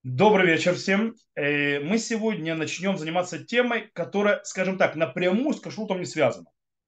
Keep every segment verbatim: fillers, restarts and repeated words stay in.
Добрый вечер всем. Э, Мы сегодня начнем заниматься темой, которая, скажем так, напрямую с кашрутом не связана.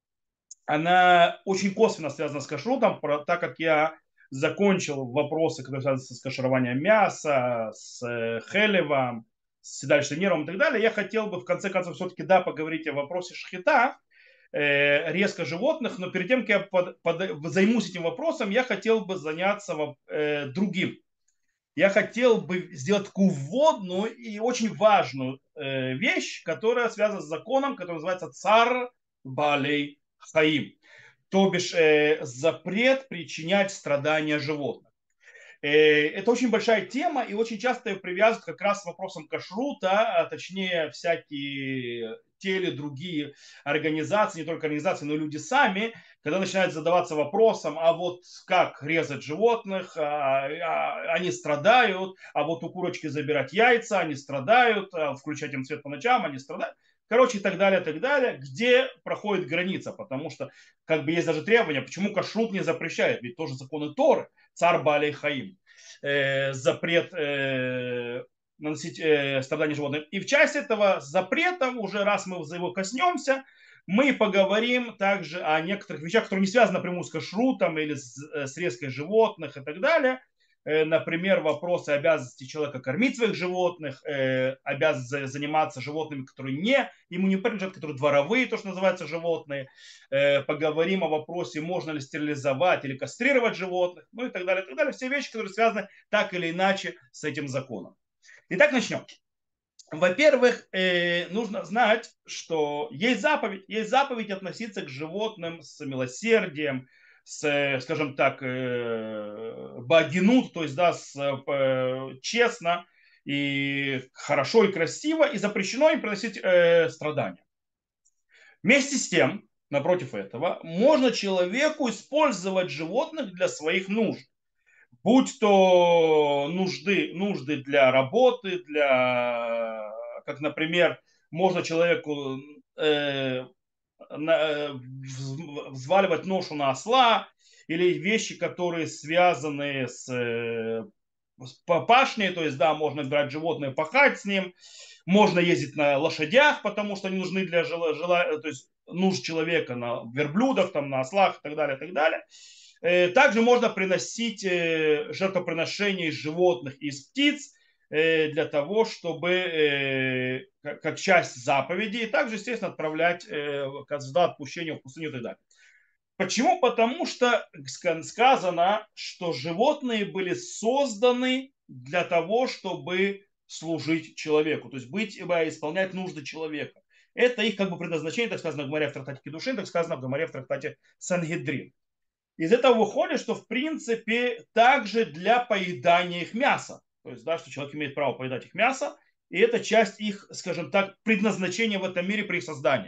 Она очень косвенно связана с кашрутом, про- так как я закончил вопросы, которые связаны с кашированием мяса, с э, хелевом, с седалищным нервом и так далее. Я хотел бы в конце концов все-таки, да, поговорить о вопросе шхита, э, резко животных, но перед тем, как я под- под- займусь этим вопросом, я хотел бы заняться во- э, другим. Я хотел бы сделать такую вводную и очень важную э, вещь, которая связана с законом, который называется цар Балей Хаим, то бишь э, запрет причинять страдания животным. Э, Это очень большая тема и очень часто ее привязывают как раз с вопросом кашрута, а точнее всякие те или другие организации, не только организации, но и люди сами, когда начинают задаваться вопросом, а вот как резать животных, а, а, они страдают, а вот у курочки забирать яйца, они страдают, а включать им свет по ночам, они страдают. Короче, и так далее, и так далее, где проходит граница, потому что как бы есть даже требования, почему кашрут не запрещает, ведь тоже законы Торы, цар Балей Хаим, э, запрет э, наносить э, страдания животным. И в части этого запрета, уже раз мы за его коснемся, мы поговорим также о некоторых вещах, которые не связаны напрямую с кашрутом или с, э, с резкой животных и так далее. Э, Например, вопросы обязанности человека кормить своих животных, э, обязанности заниматься животными, которые не ему не принадлежат, которые дворовые, то, что называется, животные. Э, Поговорим о вопросе, можно ли стерилизовать или кастрировать животных, ну и так далее, и так далее. Все вещи, которые связаны так или иначе с этим законом. Итак, начнем. Во-первых, э, нужно знать, что есть заповедь. Есть заповедь относиться к животным с милосердием, с, скажем так, э, багинут, то есть, да, с, э, честно и хорошо и красиво, и запрещено им приносить э, страдания. Вместе с тем, напротив этого, можно человеку использовать животных для своих нужд. Будь то нужды, нужды для работы, для, как, например, можно человеку э, на- э, вз- взваливать ношу на осла, или вещи, которые связаны с, э, с пашней, то есть, да, можно брать животное, пахать с ним, можно ездить на лошадях, потому что они нужны для жела, жела- то есть, нужд человека, на верблюдах, там, на ослах и так далее, и так далее. Э, Также можно приносить э, жертвоприношения из животных и из птиц э, для того, чтобы э, как как часть заповеди, и также, естественно, отправлять э, козла отпущения в пустыню и так далее. Почему? Потому что сказано, что животные были созданы для того, чтобы служить человеку, то есть быть, исполнять нужды человека. Это их как бы предназначение, так сказано в Гмаре в трактате Кедушин, так сказано в Гмаре в трактате Сангедрин. Из этого выходит, что в принципе также для поедания их мяса. То есть, да, что человек имеет право поедать их мясо, и это часть их, скажем так, предназначения в этом мире при их создании.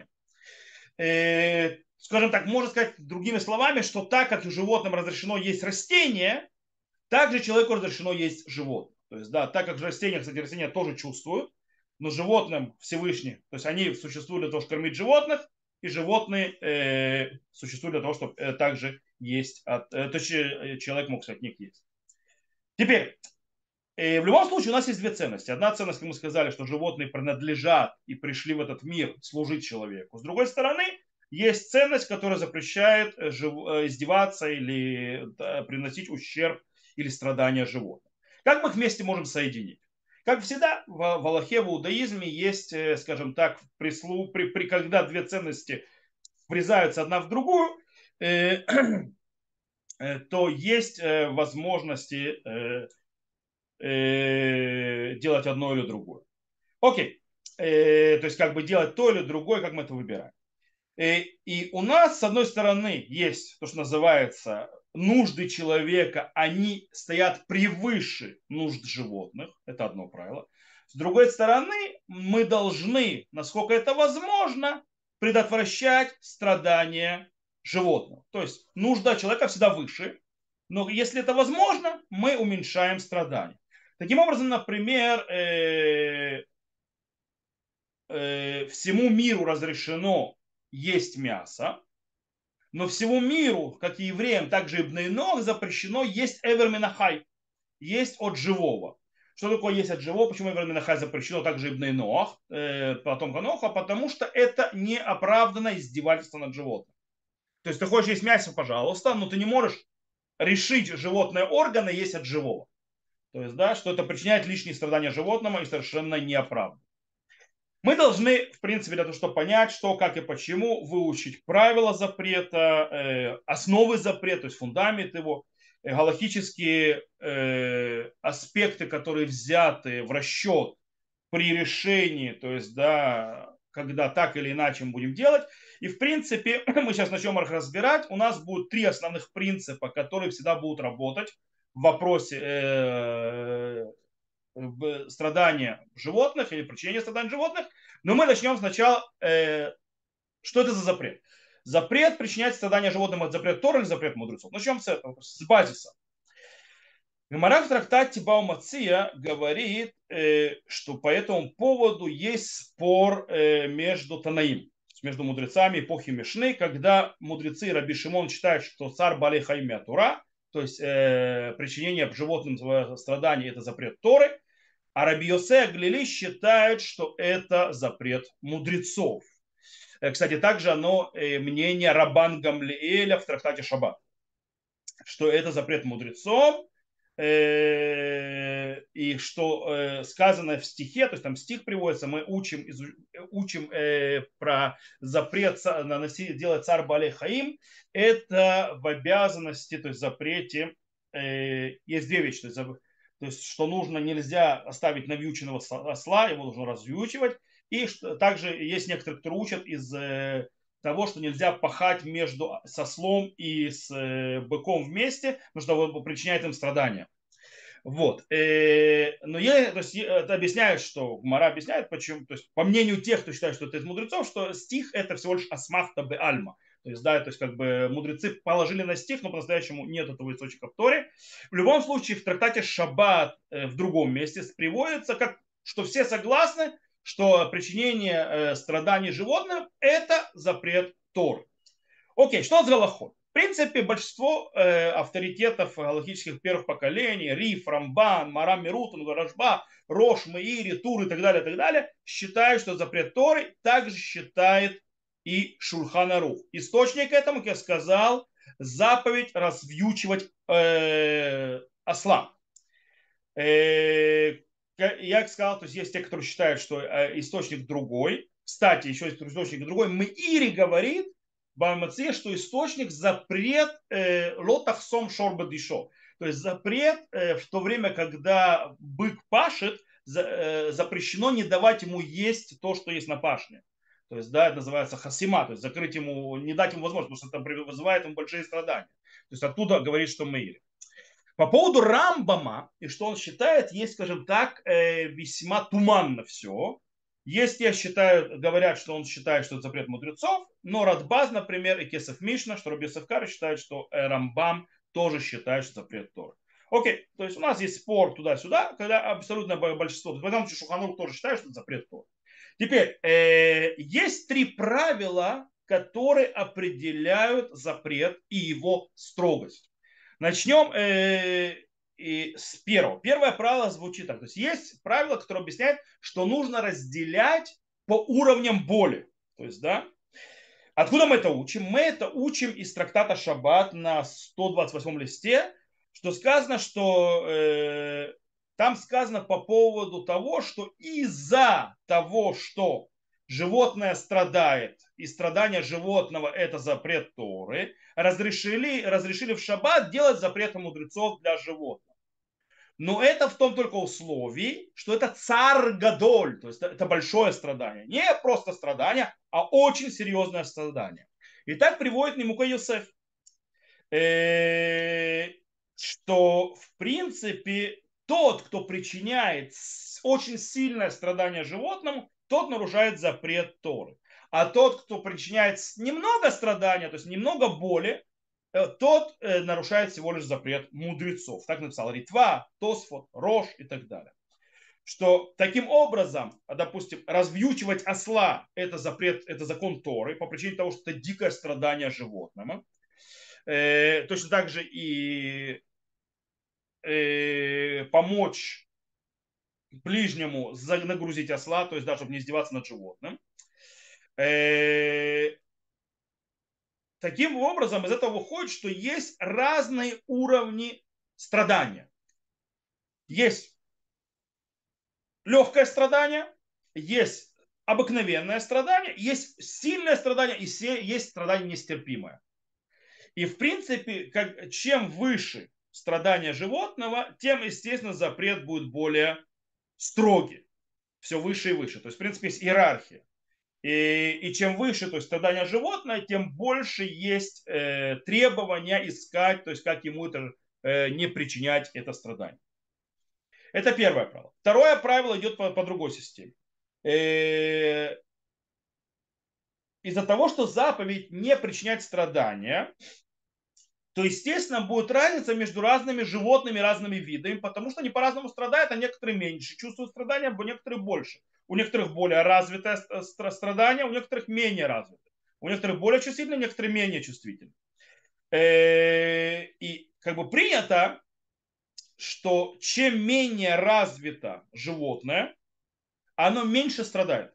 Э, скажем так, можно сказать другими словами, что так как животным разрешено есть растения, также человеку разрешено есть животных. То есть, да, так как растения, кстати, растения тоже чувствуют, но животным Всевышний, то есть они существуют для того, чтобы кормить животных, и животные э, существуют для того, чтобы э, также есть, от, э, то есть э, человек мог от них есть. Теперь, э, в любом случае у нас есть две ценности. Одна ценность, как мы сказали, что животные принадлежат и пришли в этот мир служить человеку. С другой стороны, есть ценность, которая запрещает э, жив- э, издеваться или да, приносить ущерб или страдания животным. Как мы их вместе можем соединить? Как всегда, в, в Аллахе, в иудаизме есть, э, скажем так, прислу, при, при, когда две ценности врезаются одна в другую, э, э, то есть э, возможности э, э, делать одно или другое. Окей. Э, то есть как бы делать то или другое, как мы это выбираем. Э, и у нас, с одной стороны, есть то, что называется нужды человека, они стоят превыше нужд животных. Это одно правило. С другой стороны, мы должны, насколько это возможно, предотвращать страдания животных. То есть нужда человека всегда выше, но если это возможно, мы уменьшаем страдания. Таким образом, например, э, э, всему миру разрешено есть мясо, но всему миру, как и евреям, также и Бнейнох, запрещено есть эвер минахай, есть от живого. Что такое есть от живого? Почему я говорю, Минахай запрещено, также Ибн Нох, э, потомка Ноха? Потому что это неоправданное издевательство над животным. То есть ты хочешь есть мясо, пожалуйста, но ты не можешь решить животные органы есть от живого. То есть, да, что это причиняет лишние страдания животному и совершенно неоправданно. Мы должны, в принципе, для того, чтобы понять, что, как и почему, выучить правила запрета, э, основы запрета, то есть фундамент его, э, галактические э, аспекты, которые взяты в расчет при решении, то есть, да, когда так или иначе мы будем делать. И, в принципе, мы сейчас начнем их разбирать. У нас будут три основных принципа, которые всегда будут работать в вопросе э, страдания животных или причинения страданий животных. Но мы начнем сначала, э, что это за запрет. Запрет причинять страдания животным, это запрет Тора или запрет мудрецов. Начнем с этого, с базиса. Гемара в трактате Баумация говорит, э, что по этому поводу есть спор э, между Танаим, между мудрецами эпохи Мишны, когда мудрецы Раби Шимон считают, что царь Балей Хайме Тура, то есть э, причинение животным страданий это запрет Торы, а Раби Йосе Глили считает, что это запрет мудрецов. Э, Кстати, также оно э, мнение Рабан Гамлиэля в трактате Шаббат, что это запрет мудрецов, э, и что э, сказано в стихе, то есть там стих приводится, мы учим, учим э, про запрет наносить, делать царь Балей Хаим, это в обязанности, то есть запрете, э, есть две вещи, то есть, то есть что нужно, нельзя оставить навьюченного осла, его нужно развьючивать, и что, также есть некоторые, которые учат из э, того, что нельзя пахать между со слом и с э, быком вместе, потому что причиняет им страдания. Вот. Э, но я то есть, это объясняет, что Мара объясняет, почему, то есть, по мнению тех, кто считает, что это из мудрецов, что стих это всего лишь асмахта бе альма. То есть, да, то есть, как бы мудрецы положили на стих, но по-настоящему нет этого источника в Торе. В любом случае, в трактате Шаббат э, в другом месте приводится, как, что все согласны, что причинение э, страданий животным это запрет Торы. Окей, что с Галахой? В принципе, большинство э, авторитетов галахических первых поколений, Риф, Рамбан, Марам Мирутун, Ворожба, Рош, Меири, Тур и так далее, и так далее, считают, что запрет Торы также считает и Шульхан Арух. Источник этому, как я сказал, заповедь развьючивать э, осла. Э, я сказал, то есть есть те, которые считают, что э, источник другой. Кстати, еще есть источник другой. Меири говорит, Баймаце, что источник запрет э, лотахсом шорба дишо. То есть запрет э, в то время, когда бык пашет, за, э, запрещено не давать ему есть то, что есть на пашне. То есть, да, это называется хасима, то есть закрыть ему, не дать ему возможность, потому что это вызывает ему большие страдания. То есть оттуда говорит, что Меири. По поводу Рамбама, и что он считает, есть, скажем так, э, весьма туманно все. Есть, я считаю, говорят, что он считает, что это запрет мудрецов, но Радбаз, например, и Кесов Мишна, что Раби Савкар считает, что э, Рамбам тоже считает, что запрет Торы. Окей, то есть у нас есть спор туда-сюда, когда абсолютное большинство, в этом случае Шуханрух тоже считает, что это запрет Торы. Теперь, э, есть три правила, которые определяют запрет и его строгость. Начнем э, и с первого. Первое правило звучит так. То есть есть правило, которое объясняет, что нужно разделять по уровням боли. То есть, да, откуда мы это учим? Мы это учим из трактата Шаббат на сто двадцать восьмом листе, что сказано, что э, там сказано по поводу того, что из-за того, что животное страдает, и страдание животного это запрет Торы, разрешили, разрешили в шаббат делать запреты мудрецов для животных. Но это в том только условии, что это цар гадоль, то есть это большое страдание. Не просто страдание, а очень серьезное страдание. И так приводит Немука Йосеф, э, что в принципе тот, кто причиняет очень сильное страдание животному, тот нарушает запрет Торы. А тот, кто причиняет немного страдания, то есть немного боли, э, тот э, нарушает всего лишь запрет мудрецов. Так написал Ритва, Тосфот, Рош и так далее. Что таким образом, допустим, развьючивать осла это запрет, это закон Торы по причине того, что это дикое страдание животному. Э, точно так же и э, помочь ближнему нагрузить осла, то есть даже чтобы не издеваться над животным. Э, Таким образом, из этого выходит, что есть разные уровни страдания. Есть легкое страдание, есть обыкновенное страдание, есть сильное страдание и есть страдание нестерпимое. И в принципе, как, чем выше страдание животного, тем, естественно, запрет будет более строгий. Все выше и выше. То есть, в принципе, есть иерархия. И, и чем выше, то есть страдание животное, тем больше есть э, требования искать, то есть как ему это э, не причинять это страдание. Это первое правило. Второе правило идет по, по другой системе. Э, из-за того, что заповедь не причинять страдания, то, естественно, будет разница между разными животными, разными видами, потому что они по-разному страдают, а некоторые меньше чувствуют страдания, а некоторые больше. У некоторых более развитое страдание, у некоторых менее развитое. У некоторых более чувствительны, некоторые менее чувствительны. И как бы принято, что чем менее развито животное, оно меньше страдает.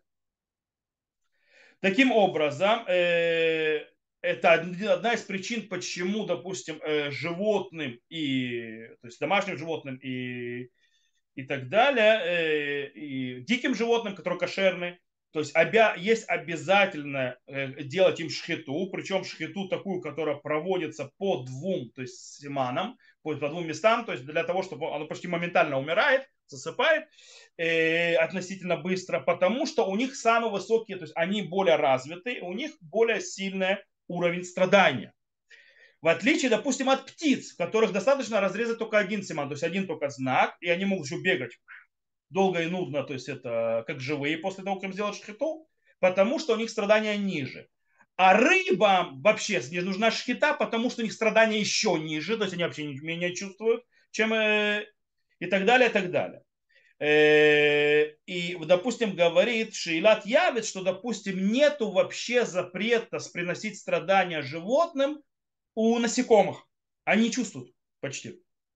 Таким образом, э, это одна из причин, почему, допустим, э, животным и, то есть домашним животным и, и так далее, э, и диким животным, которые кошерные, то есть обя, есть обязательно э, делать им шхиту, причем шхиту такую, которая проводится по двум, то есть семанам, по, по двум местам, то есть для того, чтобы оно почти моментально умирает, засыпает э, относительно быстро, потому что у них самые высокие, то есть они более развиты, у них более сильный уровень страдания. В отличие, допустим, от птиц, которых достаточно разрезать только один семан, то есть один только знак, и они могут еще бегать долго и нудно, то есть это как живые после того, как им сделать шхиту, потому что у них страдания ниже. А рыбам вообще не нужна шхита, потому что у них страдания еще ниже, то есть они вообще менее чувствуют, чем э, и так далее, и так далее. Э, И, допустим, говорит Шеилат Явит, что, допустим, нету вообще запрета приносить страдания животным у насекомых. Они чувствуют почти.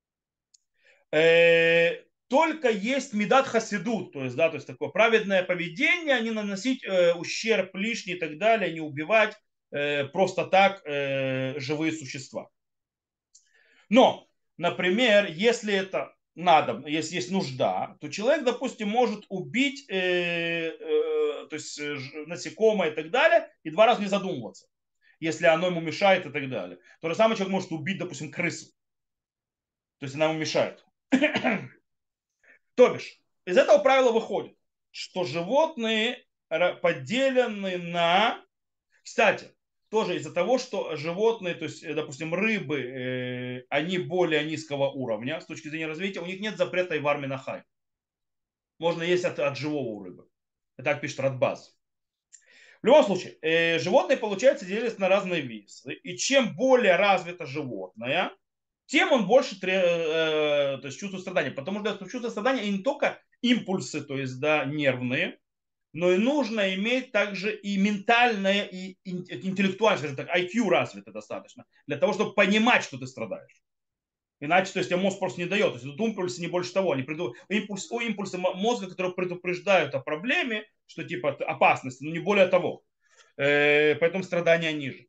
Э, Только есть медат хасидут, то есть, да, то есть такое праведное поведение, не наносить э, ущерб лишний и так далее, не убивать э, просто так э, живые существа. Но, например, если это надо, если есть нужда, то человек, допустим, может убить э, э, то есть, э, насекомое и так далее, и два раза не задумываться, если оно ему мешает и так далее. То же самое человек может убить, допустим, крысу, то есть она ему мешает. То бишь, из этого правила выходит, что животные поделены на... Кстати, тоже из-за того, что животные, то есть, э, допустим, рыбы, э, они более низкого уровня с точки зрения развития, у них нет запрета и в армии на хай. Можно есть от, от живого у рыбы. И так пишет Радбаз. В любом случае, э, животные, получается, делятся на разные виды. И чем более развито животное, тем он больше тре- э, то есть чувствует страдания. Потому что чувство страдания и не только импульсы, то есть да, нервные, но и нужно иметь также и ментальное, и интеллектуальное, скажем так, ай кью развито достаточно, для того, чтобы понимать, что ты страдаешь. Иначе, то есть, тебе мозг просто не дает. То есть, тут импульсы не больше того. Они приду... импульс... О, импульсы мозга, которые предупреждают о проблеме, что типа опасности, но не более того. Э, Поэтому страдания ниже.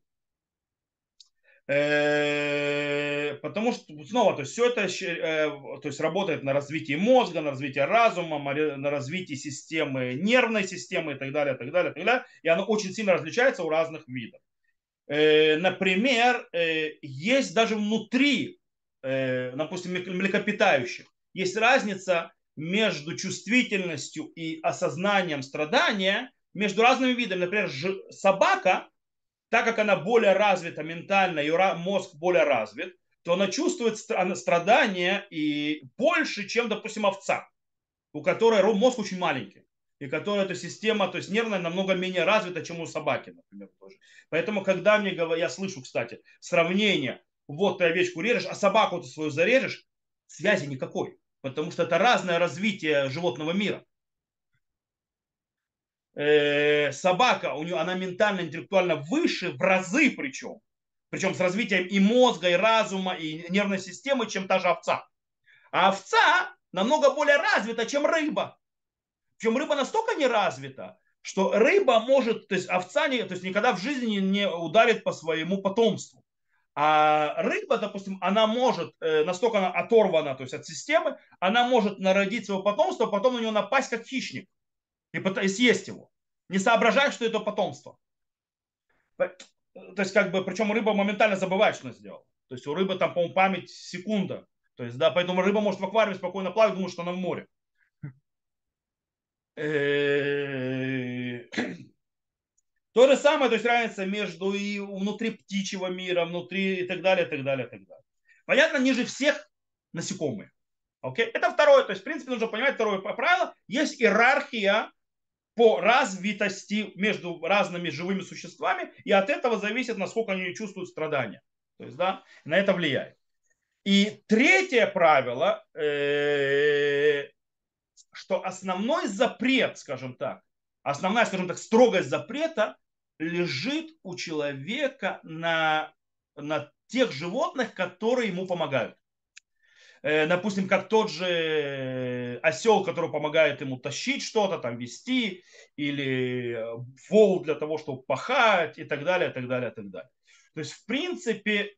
Э, Потому что снова, то есть все это э, то есть работает на развитии мозга, на развитии разума, на развитии системы, нервной системы и так далее, и так далее, и так далее. И оно очень сильно различается у разных видов. Э, Например, э, есть даже внутри, э, допустим, млекопитающих, есть разница между чувствительностью и осознанием страдания между разными видами. Например, собака, так как она более развита ментально, ее мозг более развит, то она чувствует страдания и больше, чем, допустим, овца, у которой мозг очень маленький, и которая эта система, то есть нервная, намного менее развита, чем у собаки, например, тоже. Поэтому, когда мне говорят, я слышу, кстати, сравнение, вот ты овечку режешь, а собаку ты свою зарежешь, связи никакой, потому что это разное развитие животного мира. Э, собака, у нее, она ментально, интеллектуально выше, в разы причем. Причем с развитием и мозга, и разума, и нервной системы, чем та же овца. А овца, намного более развита, чем рыба. Причем рыба настолько не развита, что рыба может, то есть овца не, то есть никогда в жизни не ударит по своему потомству. А рыба, допустим, она может, э, настолько она оторвана, то есть от системы, она может народить своего потомства, а потом на него напасть как хищник и, и съесть его, не соображая, что это потомство. То есть, как бы, причем рыба моментально забывает, что она сделала. То есть у рыбы там, по-моему, память секунда. То есть, да, поэтому рыба может в аквариуме спокойно плавать, думает, что она в море. То же самое, то есть разница между и внутри птичьего мира, внутри и так далее, и так далее, и так далее. Понятно, ниже всех насекомые. Окей? Это второе. То есть, в принципе, нужно понимать второе правило. Есть иерархия по развитости между разными живыми существами, и от этого зависит, насколько они чувствуют страдания. То есть, да, на это влияет. И третье правило, э, что основной запрет, скажем так, основная, скажем так, строгость запрета лежит у человека на, на тех животных, которые ему помогают. Допустим, как тот же осел, который помогает ему тащить что-то, там вести, или вол для того, чтобы пахать, и так далее, и так далее, и так далее. То есть, в принципе,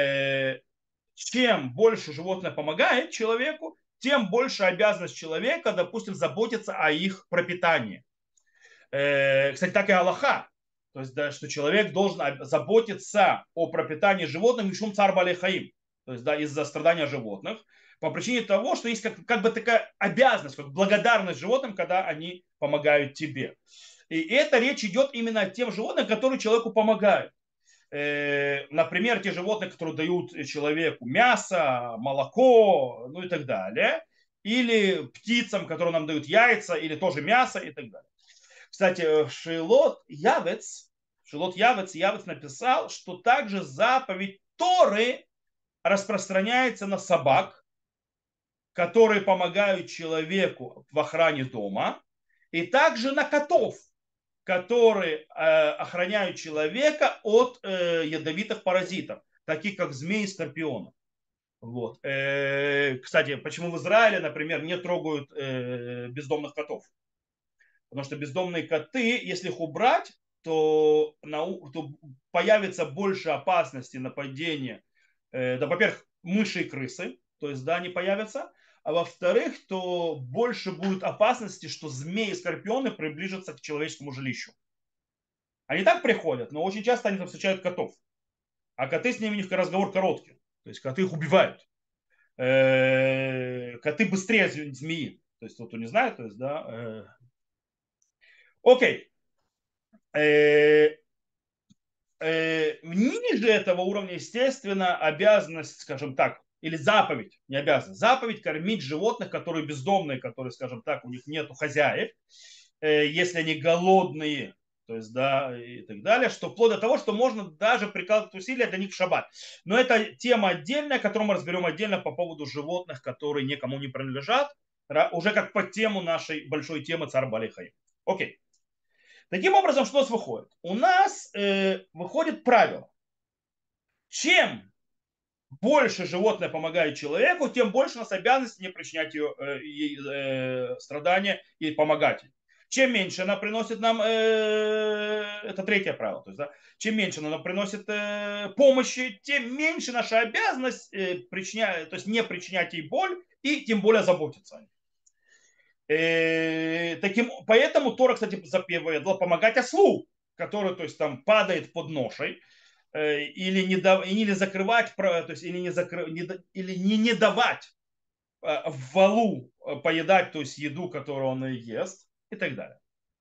чем больше животное помогает человеку, тем больше обязанность человека, допустим, заботиться о их пропитании. Кстати, так и Аллаха. То есть, да, что человек должен заботиться о пропитании животных, мишум цар балей хаим. То есть, да, из-за страдания животных. По причине того, что есть как, как бы такая обязанность, как благодарность животным, когда они помогают тебе. И это речь идет именно о тем животным, которые человеку помогают. Например, те животные, которые дают человеку мясо, молоко, ну и так далее. Или птицам, которые нам дают яйца, или тоже мясо и так далее. Кстати, Шилот Явец, Шилот Явец, Явец написал, что также заповедь Торы распространяется на собак, которые помогают человеку в охране дома, и также на котов, которые э, охраняют человека от э, ядовитых паразитов, таких как змеи и скорпионы. Вот. Э, кстати, почему в Израиле, например, не трогают э, бездомных котов? Потому что бездомные коты, если их убрать, то, на, то появится больше опасности нападения. Э, да, во-первых, мыши и крысы, то есть, да, они появятся. А во-вторых, то больше будет опасности, что змеи и скорпионы приближатся к человеческому жилищу. Они так приходят, но очень часто они там встречают котов. А коты с ними у них разговор короткий. То есть коты их убивают. Э, коты быстрее змеи. То есть, вот кто не знает, то есть, да. Э. Окей. Э, э, ниже этого уровня, естественно, обязанность, скажем так, или заповедь, не обязанность, заповедь кормить животных, которые бездомные, которые, скажем так, у них нет хозяев, э, если они голодные, то есть, да, и так далее, что вплоть до того, что можно даже прикладывать усилия для них в шаббат. Но это тема отдельная, которую мы разберем отдельно по поводу животных, которые никому не принадлежат, уже как по тему нашей большой темы царь Балихай. Окей. Таким образом, что у нас выходит? У нас э, выходит правило. Чем больше животное помогает человеку, тем больше у нас обязанность не причинять ее, э, ей э, страдания и помогать ей. Чем меньше она приносит нам, э, это третье правило, то есть, да, чем меньше она нам приносит э, помощи, тем меньше наша обязанность э, причинять, то есть не причинять ей боль и тем более заботиться о ней. Э, таким, поэтому Тора, кстати, заповедала помогать ослу, который, то есть, там падает под ношей, э, или не, дав, или закрывать, то есть, или не, закры, не, или не, не давать э, валу поедать, то есть еду, которую он ест, и так далее.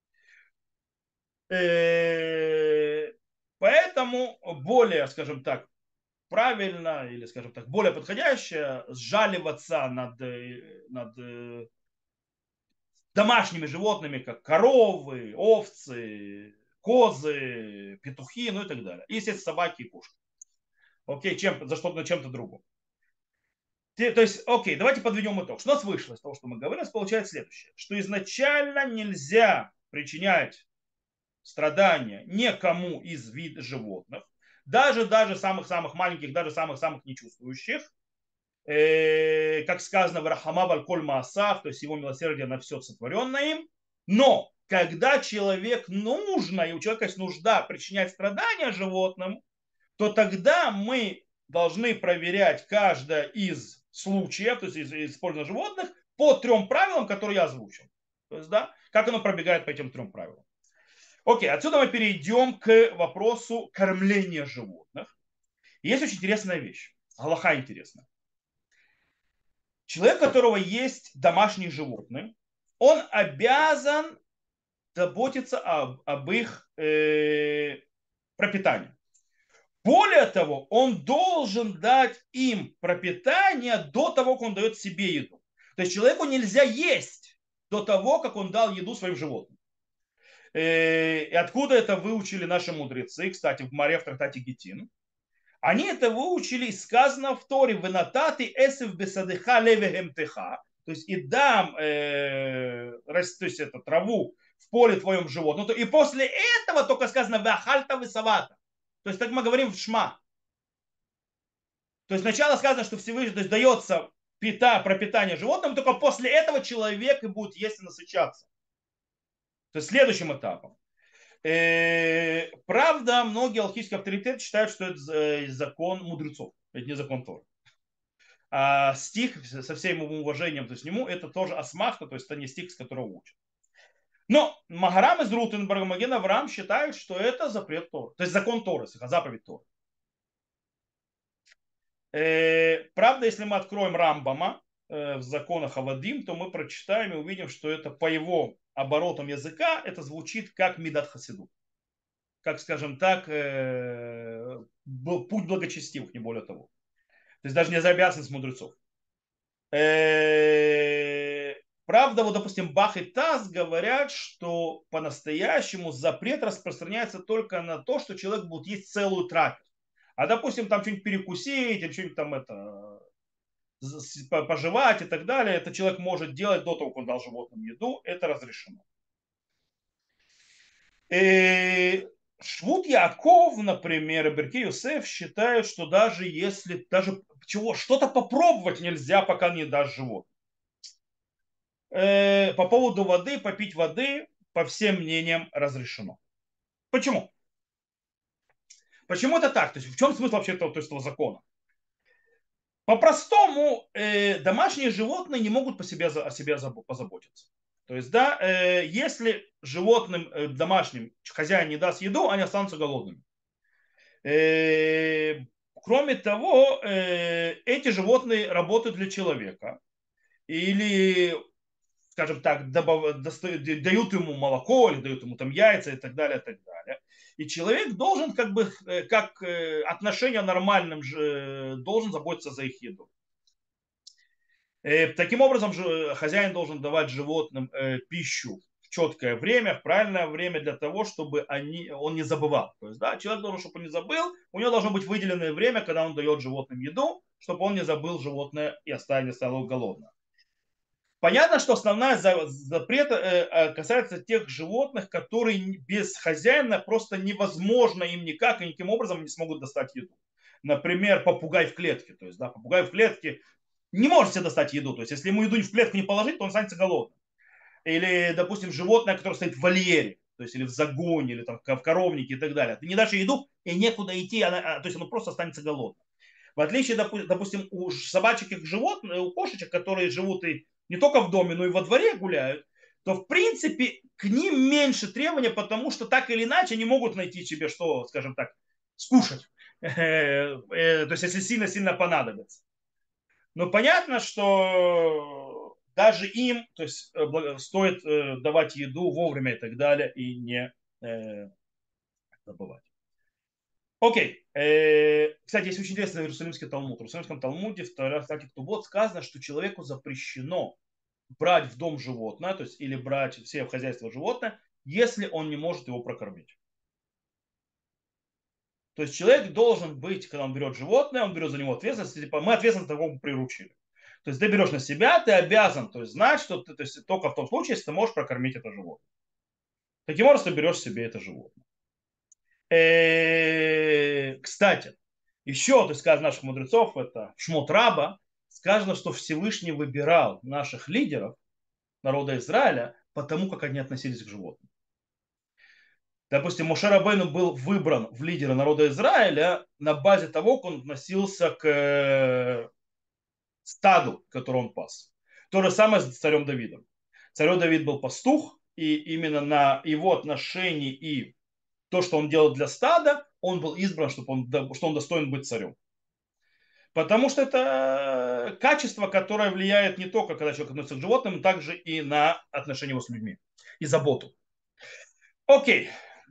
Э, поэтому более, скажем так, правильно, или, скажем так, более подходящее сжаливаться над, над домашними животными, как коровы, овцы, козы, петухи, ну и так далее. И, естественно, собаки и кошки. Окей, чем, за что-то на чем-то другом. То есть, окей, давайте подведем итог. Что у нас вышло из того, что мы говорили? У нас получается следующее. Что изначально нельзя причинять страдания никому из видов животных, даже, даже самых-самых маленьких, даже самых-самых нечувствующих, э, как сказано в Рахама Вальколь Маасав, то есть его милосердие на все сотворенное им. Но когда человек нужно, и у человека есть нужда причинять страдания животным, то тогда мы должны проверять каждое из случаев, то есть из, из использования животных, по трем правилам, которые я озвучил. То есть, да, как оно пробегает по этим трем правилам. Окей, отсюда мы перейдем к вопросу кормления животных. Есть очень интересная вещь. Галаха интересная. Человек, у которого есть домашние животные, он обязан заботиться об, об их э, пропитании. Более того, он должен дать им пропитание до того, как он дает себе еду. То есть человеку нельзя есть до того, как он дал еду своим животным. Э, И откуда это выучили наши мудрецы, кстати, в Маре в трактате Гитин. Они это выучили, сказано в Торе, «Венатати эсев бесадыха левегемтеха», то есть и дам э, то есть это, траву в поле твоем животном. И после этого только сказано «вахальта высавата». То есть так мы говорим в Шма. То есть сначала сказано, что Всевышний, то есть дается пита, пропитание животным, только после этого человек и будет есть и насыщаться. То есть следующим этапом. Э, правда, многие алхимические авторитеты считают, что это э, закон мудрецов, это не закон Торы. А стих со всем его уважением то есть, к нему, это тоже асмахта, то есть это не стих, с которого учат. Но Магарам из Рутенберга, Маген Авраам считают, что это запрет Торы, то есть закон Торы, заповедь Торы. Э, правда, если мы откроем Рамбама э, в законах Авадим, то мы прочитаем и увидим, что это по его оборотам языка это звучит как Мидат Хасиду. Как, скажем так, э, путь благочестивых, не более того. То есть даже не за обязанность мудрецов. Э, правда, вот, допустим, Бах и Таз говорят, что по-настоящему запрет распространяется только на то, что человек будет есть целую трапезу. А, допустим, там что-нибудь перекусить, или что-нибудь там это, пожевать и так далее, это человек может делать до того, как он дал животным еду, это разрешено. И Швуд Яков, например, и Берки Юсеф считают, что даже если даже чего, что-то попробовать нельзя, пока не дашь живот. Э, по поводу воды, попить воды, по всем мнениям, разрешено. Почему? Почему это так? То есть в чем смысл вообще этого, то есть, этого закона? По-простому, э, домашние животные не могут по себе, о себе позаботиться. То есть, да, э, если животным э, домашним хозяин не даст еду, они останутся голодными. Э, кроме того, э, эти животные работают для человека. Или, скажем так, добав, достают, дают ему молоко, или дают ему там яйца и так далее, и так далее. И человек должен, как бы, э, как э, отношение нормальным, же, должен заботиться за их еду. Э, Таким образом, хозяин должен давать животным э, пищу в четкое время, в правильное время для того, чтобы они, он не забывал. То есть, да, человек должен, чтобы он не забыл, у него должно быть выделенное время, когда он дает животным еду, чтобы он не забыл животное и оставил, не стало голодным. Понятно, что основная запрет э, касается тех животных, которые без хозяина просто невозможно им никак и никаким образом не смогут достать еду. Например, попугай в клетке. То есть, да, попугай в клетке не может себе достать еду. То есть, если ему еду в клетку не положить, то он останется голодным. Или, допустим, животное, которое стоит в вольере, то есть, или в загоне, или там в коровнике и так далее. Ты не дашь ей еду, и некуда идти, она, то есть, оно просто останется голодным. В отличие, допустим, у собачек и животных, у кошечек, которые живут и не только в доме, но и во дворе гуляют, то, в принципе, к ним меньше требования, потому что так или иначе они могут найти себе, что, скажем так, скушать. То есть, если сильно-сильно понадобится. Но понятно, что даже им то есть, стоит давать еду вовремя и так далее, и не забывать. Окей. Кстати, есть очень интересный Иерусалимский Талмуд. В Иерусалимском Талмуде в Трактате Ктубот сказано, что человеку запрещено брать в дом животное, то есть или брать все в хозяйство животное, если он не может его прокормить. То есть человек должен быть, когда он берет животное, он берет за него ответственность, типа мы ответственность такому приручили. То есть ты берешь на себя, ты обязан то есть, знать, что ты то есть, только в том случае, если ты можешь прокормить это животное. Таким образом, ты берешь себе это животное. Кстати, еще, то есть, сказано наших мудрецов, это Шмот Раба, сказано, что Всевышний выбирал наших лидеров народа Израиля потому, как они относились к животным. Допустим, Моше Рабейну был выбран в лидера народа Израиля на базе того, как он относился к э, стаду, которое он пас. То же самое с царем Давидом. Царь Давид был пастух, и именно на его отношении и то, что он делал для стада, он был избран, чтобы он, что он достоин быть царем. Потому что это качество, которое влияет не только, когда человек относится к животным, но также и на отношения его с людьми и заботу. Окей.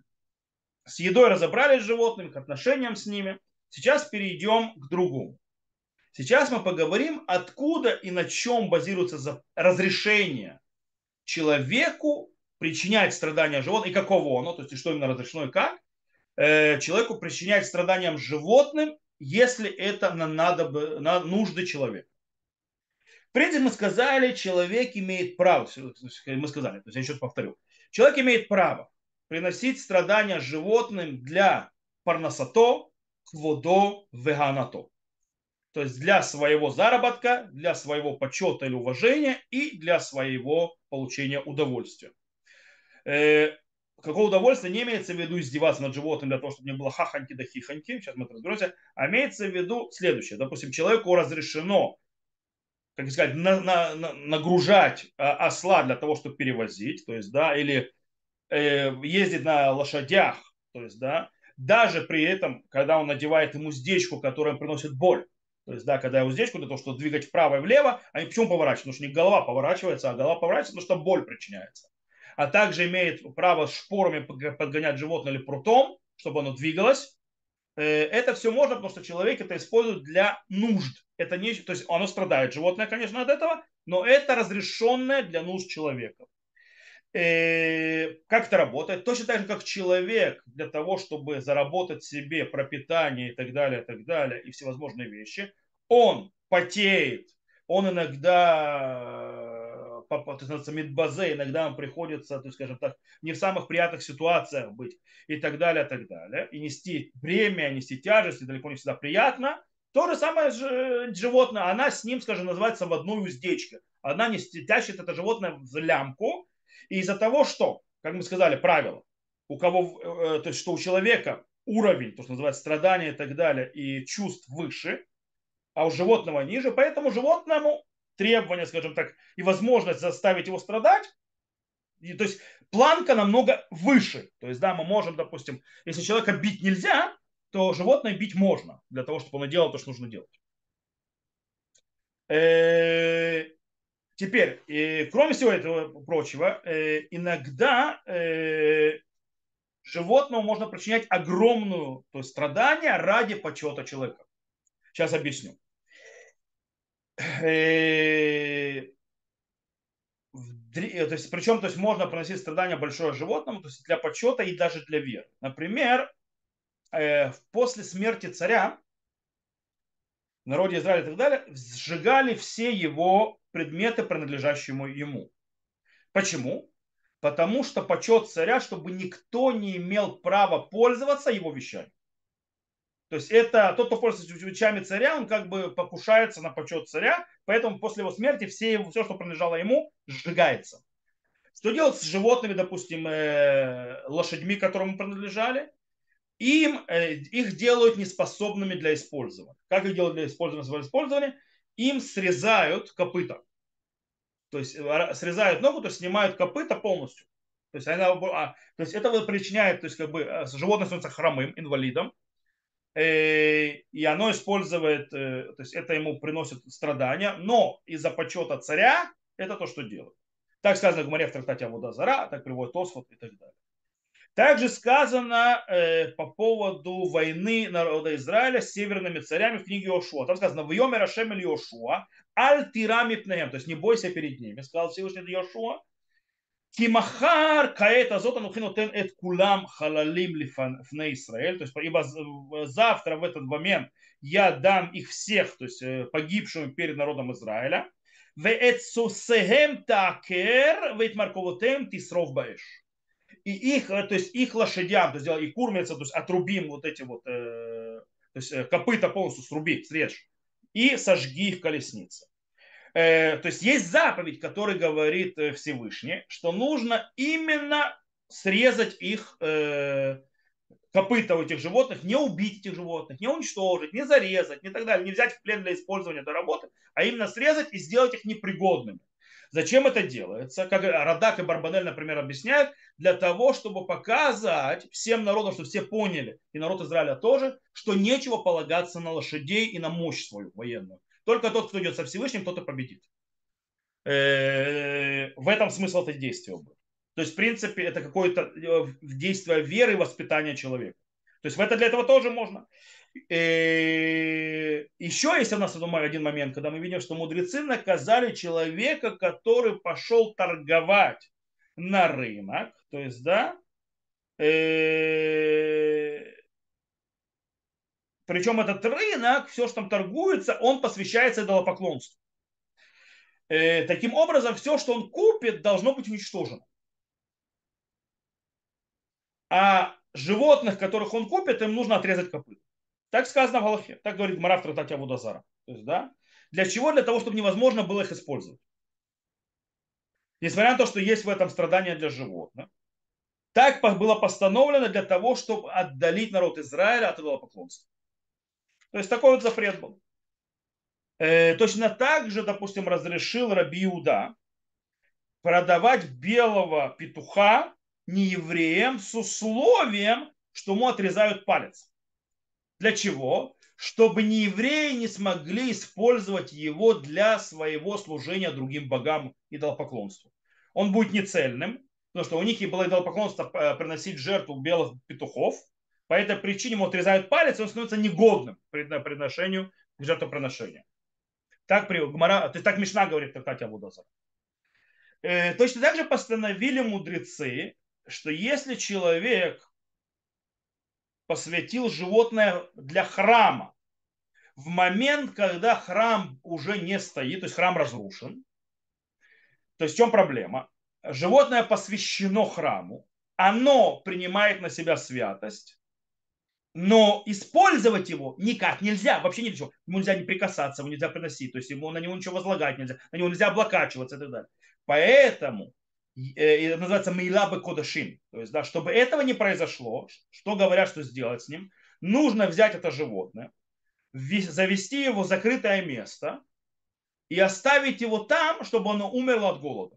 С едой разобрались с животными, к отношениям с ними. Сейчас перейдем к другому. Сейчас мы поговорим, откуда и на чем базируется разрешение человеку причинять страдания животным, и какого оно, то есть что именно разрешено и как, э, человеку причинять страданиям животным, если это на, надо, на нужды человека. Прежде мы сказали, человек имеет право, мы сказали, то есть я еще раз повторю, человек имеет право приносить страдания животным для парнасато, кводо, веганато. То есть для своего заработка, для своего почета или уважения и для своего получения удовольствия. Э, какое удовольствие не имеется в виду издеваться над животным для того, чтобы не было хахоньки да хихоньки, сейчас мы это разберемся, а имеется в виду следующее. Допустим, человеку разрешено, как сказать, на, на, на, нагружать а, осла для того, чтобы перевозить, то есть, да, или э, ездить на лошадях, то есть, да, даже при этом, когда он надевает ему уздечку, которая приносит боль. То есть, да, когда я уздечку для того, чтобы двигать вправо и влево, они почему поворачиваются? Потому что не голова поворачивается, а голова поворачивается, потому что боль причиняется. А также имеет право шпорами подгонять животное или прутом, чтобы оно двигалось. Это все можно, потому что человек это использует для нужд. Это не, то есть оно страдает, животное, конечно, от этого, но это разрешенное для нужд человека. Э, как это работает? Точно так же, как человек для того, чтобы заработать себе пропитание и так далее, и так далее, и всевозможные вещи, он потеет, он иногда, то есть, называется медбазе, иногда он приходится, то есть, скажем так, не в самых приятных ситуациях быть и так далее, и так далее, и нести бремя, нести тяжесть, и далеко не всегда приятно. То же самое животное, она с ним, скажем, называется в одной уздечке. Она не тащит это животное в лямку, и из-за того, что, как мы сказали, правило, у кого, э, то есть, что у человека уровень, то, что называется, страдания и так далее, и чувств выше, а у животного ниже, поэтому животному требования, скажем так, и возможность заставить его страдать, и, то есть планка намного выше. То есть, да, мы можем, допустим, если человека бить нельзя, то животное бить можно, для того, чтобы он делал то, что нужно делать. Э, Теперь, э, кроме всего этого прочего, э, иногда э, животному можно причинять огромную, то есть страдания ради почета человека. Сейчас объясню. Э, то есть, причем то есть, можно приносить страдания большое животному, то есть для почета и даже для веры. Например, э, после смерти царя в народе Израиля и так далее сжигали все его предметы, принадлежащие ему. Почему? Потому что почет царя, чтобы никто не имел права пользоваться его вещами. То есть это тот, кто пользуется вещами царя, он как бы покушается на почет царя, поэтому после его смерти все, его, все, что принадлежало ему, сжигается. Что делать с животными, допустим, э, лошадьми, которым принадлежали? Им, э, их делают неспособными для использования. Как их делают для использования? использования? Им срезают копыта. То есть э, срезают ногу, то есть снимают копыта полностью. То есть, она, а, то есть это причиняет, то есть как бы э, животное становится хромым, инвалидом, э, и оно использует, э, то есть это ему приносит страдания, но из-за почета царя это то, что делает. Так сказано в Гмаре в трактате Авода Зара, так приводит Тосфот и так далее. Также сказано э, по поводу войны народа Израиля с северными царями в книге Иошуа. Там сказано: «В Йоме Рашем или Иошуа, аль тирами пнеем», то есть не бойся перед ними, сказал Всевышний Иошуа. Кимахар каэт азот анухинотен эт кулам халалим лифней Израиль, то есть ибо завтра в этот момент я дам их всех, то есть погибшим перед народом Израиля. Веэт сусехем такер веэт марковотем тисров баэш. И их, то есть их лошадям, то есть и курмица, то есть отрубим вот эти вот, э, то есть копыта полностью сруби, срежь. и сожги их колесницы. Э, то есть есть заповедь, которая говорит э, Всевышний, что нужно именно срезать их э, копыта у этих животных, не убить этих животных, не уничтожить, не зарезать, не так далее, не взять в плен для использования для работы, а именно срезать и сделать их непригодными. Зачем это делается? Как Радак и Барбанель, например, объясняют, для того, чтобы показать всем народам, чтобы все поняли, и народ Израиля тоже, что нечего полагаться на лошадей и на мощь свою военную. Только тот, кто идет со Всевышним, тот и победит. Э, В этом смысл этого действия был. То есть, в принципе, это какое-то э, действие веры и воспитания человека. То есть, в это для этого тоже можно. Э, Еще есть у нас, я думаю, один момент, когда мы видим, что мудрецы наказали человека, который пошел торговать на рынок. То есть, да, э, причем этот рынок, все, что там торгуется, он посвящается идолопоклонству. Э, Таким образом, все, что он купит, должно быть уничтожено. А животных, которых он купит, им нужно отрезать копыта. Так сказано в Галахе. Так говорит Гмара в трактате Авудазара. То есть, да? Для чего? Для того, чтобы невозможно было их использовать. Несмотря на то, что есть в этом страдания для животных. Так было постановлено для того, чтобы отдалить народ Израиля от идолопоклонства. То есть такой вот запрет был. Э, точно так же, допустим, разрешил Раби Иуда продавать белого петуха неевреям с условием, что ему отрезают палец. Для чего? Чтобы неевреи не смогли использовать его для своего служения другим богам и идолопоклонству. Он будет нецельным, потому что у них и было идолопоклонство приносить жертву белых петухов. По этой причине ему отрезают палец, и он становится негодным к приношению, к жертвоприношению. Так, при, Гмара, то есть так Мишна говорит, как Катя Будазар. Э, точно так же постановили мудрецы, что если человек посвятил животное для храма, в момент, когда храм уже не стоит, то есть храм разрушен, то есть в чем проблема? Животное посвящено храму, оно принимает на себя святость, но использовать его никак нельзя, вообще ничего. Ему нельзя не прикасаться, ему нельзя приносить, то есть ему на него ничего возлагать нельзя, на него нельзя облокачиваться и так далее. Поэтому э, это называется мейла бекодашим. То есть, да, чтобы этого не произошло, что говорят, что сделать с ним, нужно взять это животное, завести его в закрытое место и оставить его там, чтобы оно умерло от голода.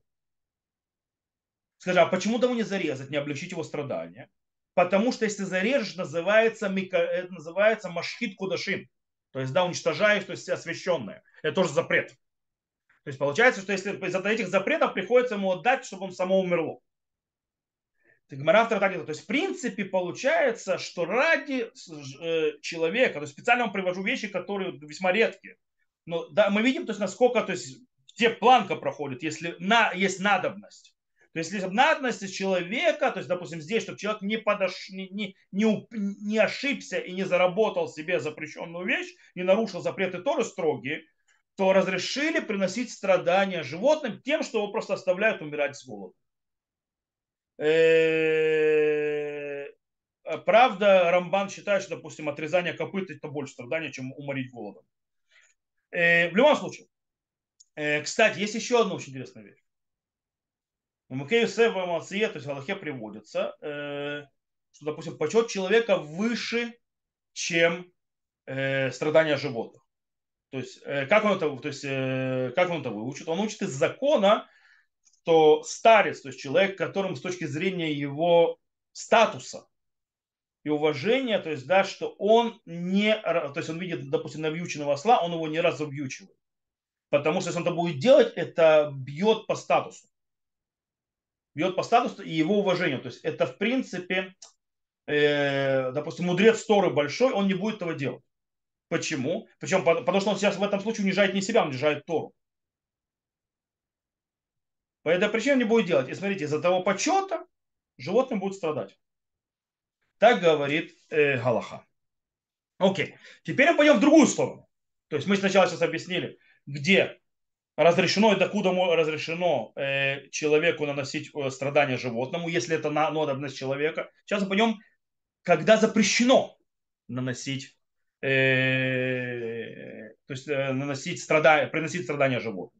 Скажи, а почему тому не зарезать, не облегчить его страдания? Потому что если зарежешь, называется, это называется машхит кудашин. То есть, да, уничтожаешь, то есть освященное. Это тоже запрет. То есть получается, что если из-за этих запретов приходится ему отдать, чтобы он само умерло. Гмара так говорит. То есть, в принципе, получается, что ради э, человека, то есть специально вам привожу вещи, которые весьма редкие. Но да, мы видим, то есть, насколько, то есть, где планка проходит, если на, есть надобность. То есть, если надобность из человека, то есть, допустим, здесь, чтобы человек не, подош, не, не, не, не ошибся и не заработал себе запрещенную вещь, не нарушил запреты Торы строгие, то разрешили приносить страдания животным тем, что его просто оставляют умирать с голоду. Э, Правда, Рамбан считает, что, допустим, отрезание копыт это больше страдания, чем уморить голодом. Э, В любом случае, э, кстати, есть еще одна очень интересная вещь. В Мукею Сева Мацие, то есть в Галахе приводится, э, что, допустим, почет человека выше, чем э, страдания животных. То есть, э, как он это, то есть, э, как он это выучит? Он учит из закона, что старец, то есть человек, которым с точки зрения его статуса и уважения, то есть, да, что он не, то есть он видит, допустим, навьюченного осла, он его не разобьючивает. Потому что если он это будет делать, это бьет по статусу. Бьет по статусу и его уважению. То есть это, в принципе, э, допустим, мудрец Торы большой, он не будет этого делать. Почему? Причем потому что он сейчас в этом случае унижает не себя, он унижает Тору. По этой причине он не будет делать. И смотрите, из-за того почета животные будут страдать. Так говорит э, Галаха. Окей. Теперь мы пойдем в другую сторону. То есть мы сначала сейчас объяснили, где разрешено и докуда разрешено э, человеку наносить э, страдания животному, если это на, надобность человека. Сейчас мы пойдем, когда запрещено наносить э, то есть э, наносить страдания, приносить страдания животным.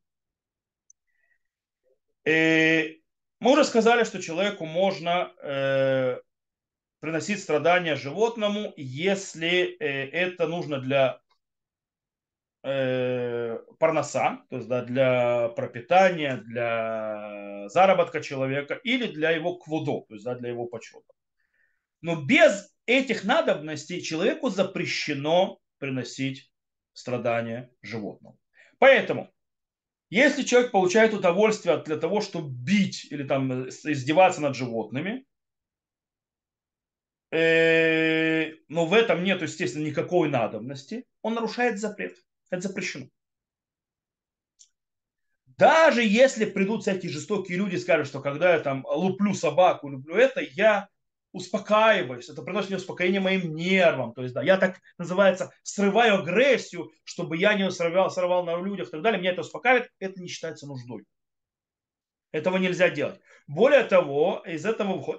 И мы уже сказали, что человеку можно э, приносить страдания животному, если э, это нужно для э, парноса, то есть да, для пропитания, для заработка человека или для его квудо, то есть да, для его почета. Но без этих надобностей человеку запрещено приносить страдания животному. Поэтому, если человек получает удовольствие для того, чтобы бить или там издеваться над животными, э, но в этом нет, естественно, никакой надобности, он нарушает запрет. Это запрещено. Даже если придут всякие жестокие люди и скажут, что когда я там луплю собаку, люблю это, я успокаиваюсь, это приносит мне успокоение моим нервам. То есть, да, я так, называется, срываю агрессию, чтобы я не срывал, сорвал на людях и так далее. Меня это успокаивает, это не считается нуждой. Этого нельзя делать. Более того, из этого выходит,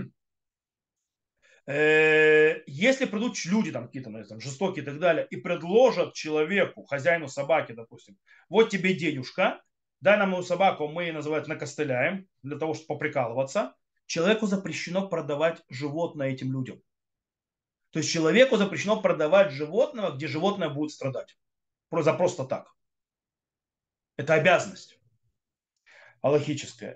э, если придут люди там какие-то, ну, там, жестокие и так далее, и предложат человеку, хозяину собаки, допустим, вот тебе денежка, дай нам мою собаку, мы ее, называют, накостыляем, для того, чтобы поприкалываться, человеку запрещено продавать животное этим людям. То есть человеку запрещено продавать животного, где животное будет страдать. За просто так. Это обязанность аллахическая.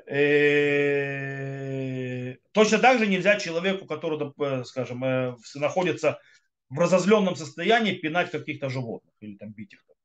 Э, точно так же нельзя человеку, который, э, скажем, э, находится в разозленном состоянии, пинать каких-то животных или там бить их.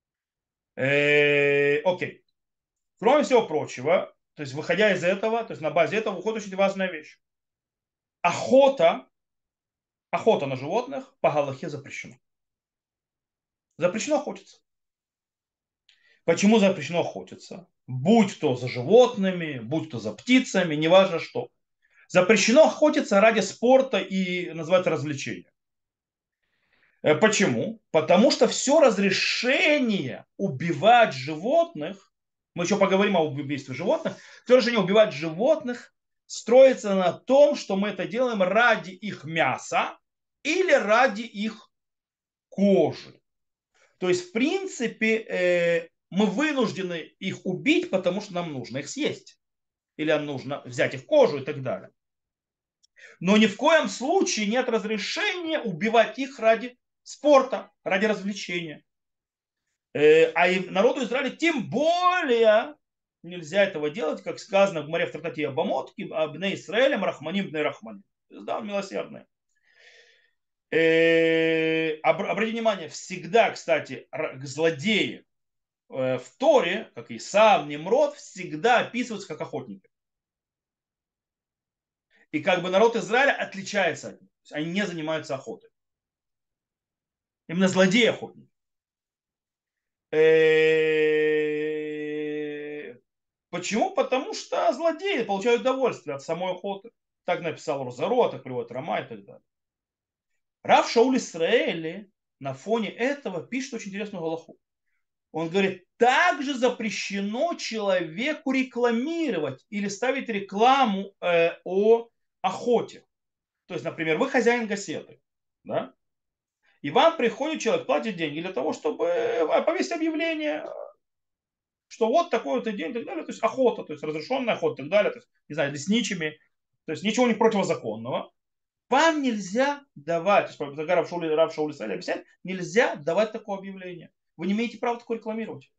Э, окей. Кроме всего прочего, то есть выходя из этого, то есть на базе этого выходит очень важная вещь. Охота, охота на животных по галахе запрещена. Запрещено охотиться. Почему запрещено охотиться? Будь то за животными, будь то за птицами, неважно что. Запрещено охотиться ради спорта и, называется, развлечения. Э, Почему? Потому что все разрешение убивать животных, мы еще поговорим о убийстве животных, все разрешение убивать животных строится на том, что мы это делаем ради их мяса или ради их кожи. То есть, в принципе, э, мы вынуждены их убить, потому что нам нужно их съесть. Или нам нужно взять их кожу и так далее. Но ни в коем случае нет разрешения убивать их ради спорта, ради развлечения. Э, А и народу Израиля тем более нельзя этого делать, как сказано в море в трактате Абамот, Абне Исраэлем Рахманим Бне Рахманим. Да, он милосердный. Э, Обратите внимание, всегда, кстати, злодеи э, в Торе, как и сам Немрод, всегда описываются как охотники. И как бы народ Израиля отличается от них. То есть они не занимаются охотой. Именно злодеи охотники. Э, Почему? Потому что злодеи получают удовольствие от самой охоты. Так написал Розаро, так приводит Рама и так далее. Рав Шауль Исраэли на фоне этого пишет очень интересную галаху. Он говорит, также запрещено человеку рекламировать или ставить рекламу э, о охоте. То есть, например, вы хозяин газеты, да? И вам приходит человек, платит деньги для того, чтобы э, повесить объявление, что вот такой вот день и так далее. То есть охота, то есть разрешенная охота и так далее. То есть, не знаю, лесничими. То есть ничего не противозаконного. Вам нельзя давать, то есть, Рав Шаули, Рав Шаули Салли объясняет, нельзя давать такое объявление. Вы не имеете права такое рекламировать.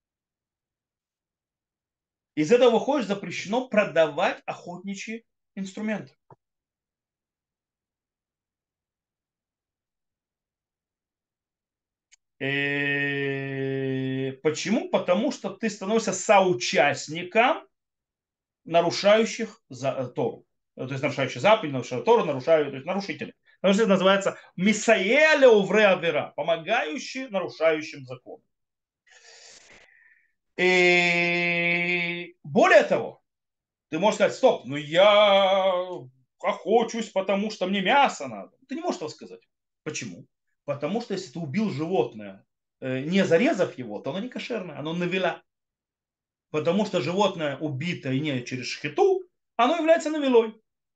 Из этого выходит, запрещено продавать охотничьи инструменты. Э, Почему? Потому что ты становишься соучастником нарушающих за, э, Тору. Э, То есть нарушающих заповедь, нарушающих Тору, нарушающих, то есть нарушители. Потому что это называется Мисаэля Увре Авера, помогающий нарушающим закон. И более того, ты можешь сказать, стоп, ну я охочусь, потому что мне мясо надо. Ты не можешь этого сказать. Почему? Потому что если ты убил животное, э, не зарезав его, то оно не кошерное, оно навела. Потому что животное убитое не через шхиту, оно является навелой. И есть ему нельзя. Теперь,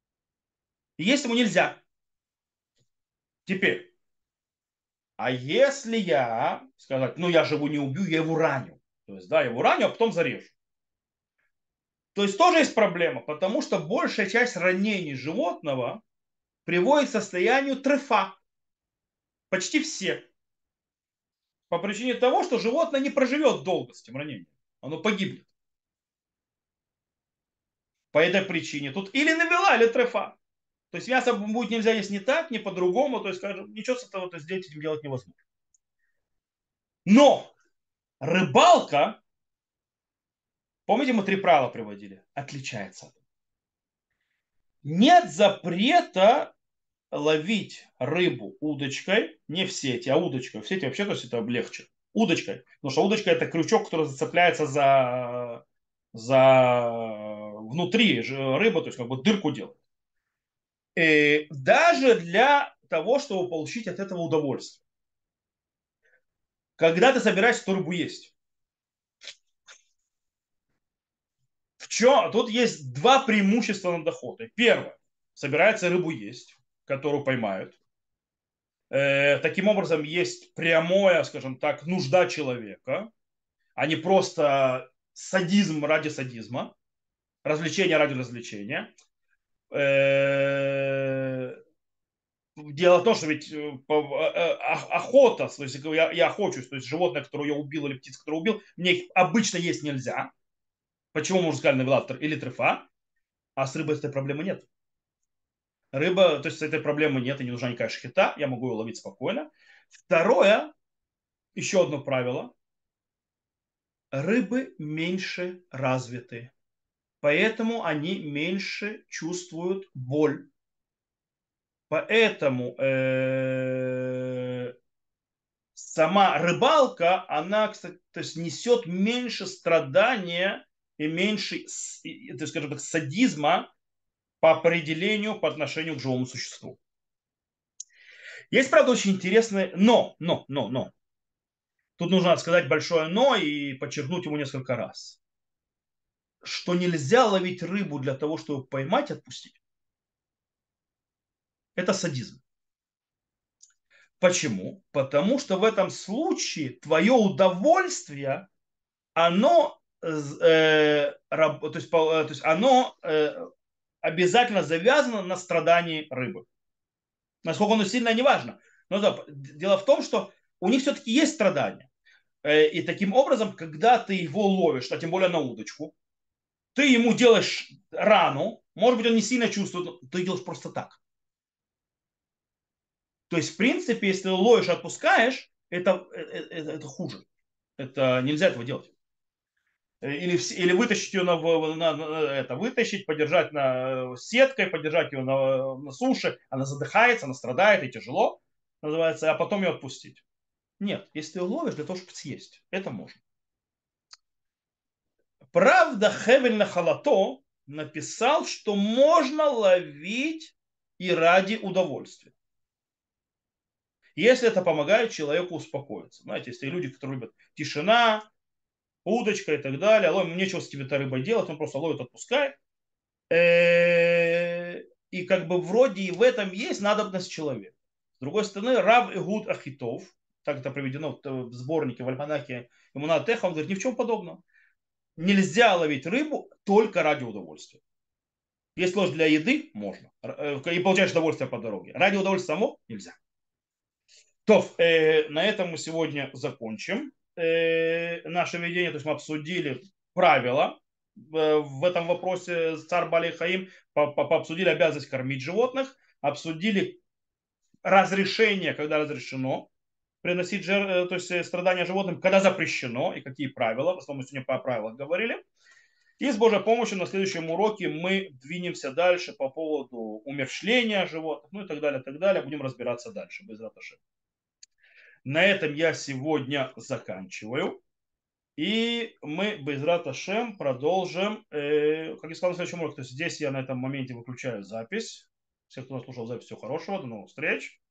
А если я сказать, ну я же его не убью, я его раню. То есть, да, я его раню, а потом зарежу. То есть тоже есть проблема, потому что большая часть ранений животного приводит к состоянию трефа. Почти все. По причине того, что животное не проживет долго с этим ранением. Оно погибнет. По этой причине тут или навела, или трефа. То есть мясо будет нельзя есть не так, не по-другому. То есть, скажем, ничего с этого -то здесь этим делать невозможно. Но рыбалка, помните, мы три правила приводили, отличается. Нет запрета ловить рыбу удочкой, не в сети, а удочкой. В сети вообще, то есть это легче. Удочкой. Потому что удочка это крючок, который зацепляется за, за внутри рыбы, то есть как бы дырку делает. И даже для того, чтобы получить от этого удовольствие. Когда ты собираешься эту рыбу есть. В чем? Тут есть два преимущества над охотой. Первое. Собирается рыбу есть, которую поймают. Э, таким образом, есть прямое, скажем так, нужда человека, а не просто садизм ради садизма, развлечение ради развлечения. Э, дело в том, что ведь э, э, охота, то есть я, я охочусь, то есть животное, которое я убил, или птицу, которую убил, мне их обычно есть нельзя. Почему можно сказать навелатор или трефа, а с рыбой этой проблемы нет. Рыба, то есть этой проблемы нет, и не нужна никакая шхита, я могу ее ловить спокойно. Второе, еще одно правило, рыбы меньше развиты, поэтому они меньше чувствуют боль. Поэтому э, сама рыбалка, она, кстати, то есть несет меньше страдания и меньше, то есть, скажем так, садизма по определению по отношению к живому существу. Есть, правда, очень интересное но, но, но, но. Тут нужно сказать большое но и подчеркнуть его несколько раз. Что нельзя ловить рыбу для того, чтобы поймать и отпустить. Это садизм. Почему? Потому что в этом случае твое удовольствие, оно, э, раб, то есть, то есть оно э, обязательно завязано на страдании рыбы. Насколько оно сильно, не важно. Но да, дело в том, что у них все-таки есть страдания. Э, и таким образом, когда ты его ловишь, а тем более на удочку, ты ему делаешь рану, может быть, он не сильно чувствует, но ты делаешь просто так. То есть, в принципе, если ловишь и отпускаешь, это, это, это хуже. Это нельзя этого делать. Или, или вытащить ее на, на, на это, вытащить, подержать на сеткой, подержать ее на, на суше, она задыхается, она страдает и тяжело, называется, а потом ее отпустить. Нет, если ты ее ловишь для того, чтобы съесть, это можно. Правда, Хевель Нахалато написал, что можно ловить и ради удовольствия. Если это помогает человеку успокоиться. Знаете, есть люди, которые любят тишина, удочка и так далее. Ему нечего с этой рыбой делать, он просто ловит, отпускает. И как бы вроде и в этом есть надобность человека. С другой стороны, Рав Игуд Ахитов, так это приведено в сборнике, в альманахе Имуна Теха, он говорит, ни в чем подобном. Нельзя ловить рыбу только ради удовольствия. Если ложь для еды, можно. И получаешь удовольствие по дороге. Ради удовольствия само нельзя. То, э, на этом мы сегодня закончим э, наше видение. То есть мы обсудили правила э, в этом вопросе царь Бали Хаим, по, по, обсудили обязанность кормить животных, обсудили разрешение, когда разрешено приносить жер, э, то есть э, страдания животным, когда запрещено и какие правила. В основном мы сегодня по правилам говорили. И с Божьей помощью на следующем уроке мы двинемся дальше по поводу умерщвления животных, ну и так далее, так далее. Будем разбираться дальше, без раташи. На этом я сегодня заканчиваю. И мы без раташем продолжим, э, как я сказал, на следующем уроке. То есть здесь я на этом моменте выключаю запись. Всех, кто слушал запись, всего хорошего. До новых встреч.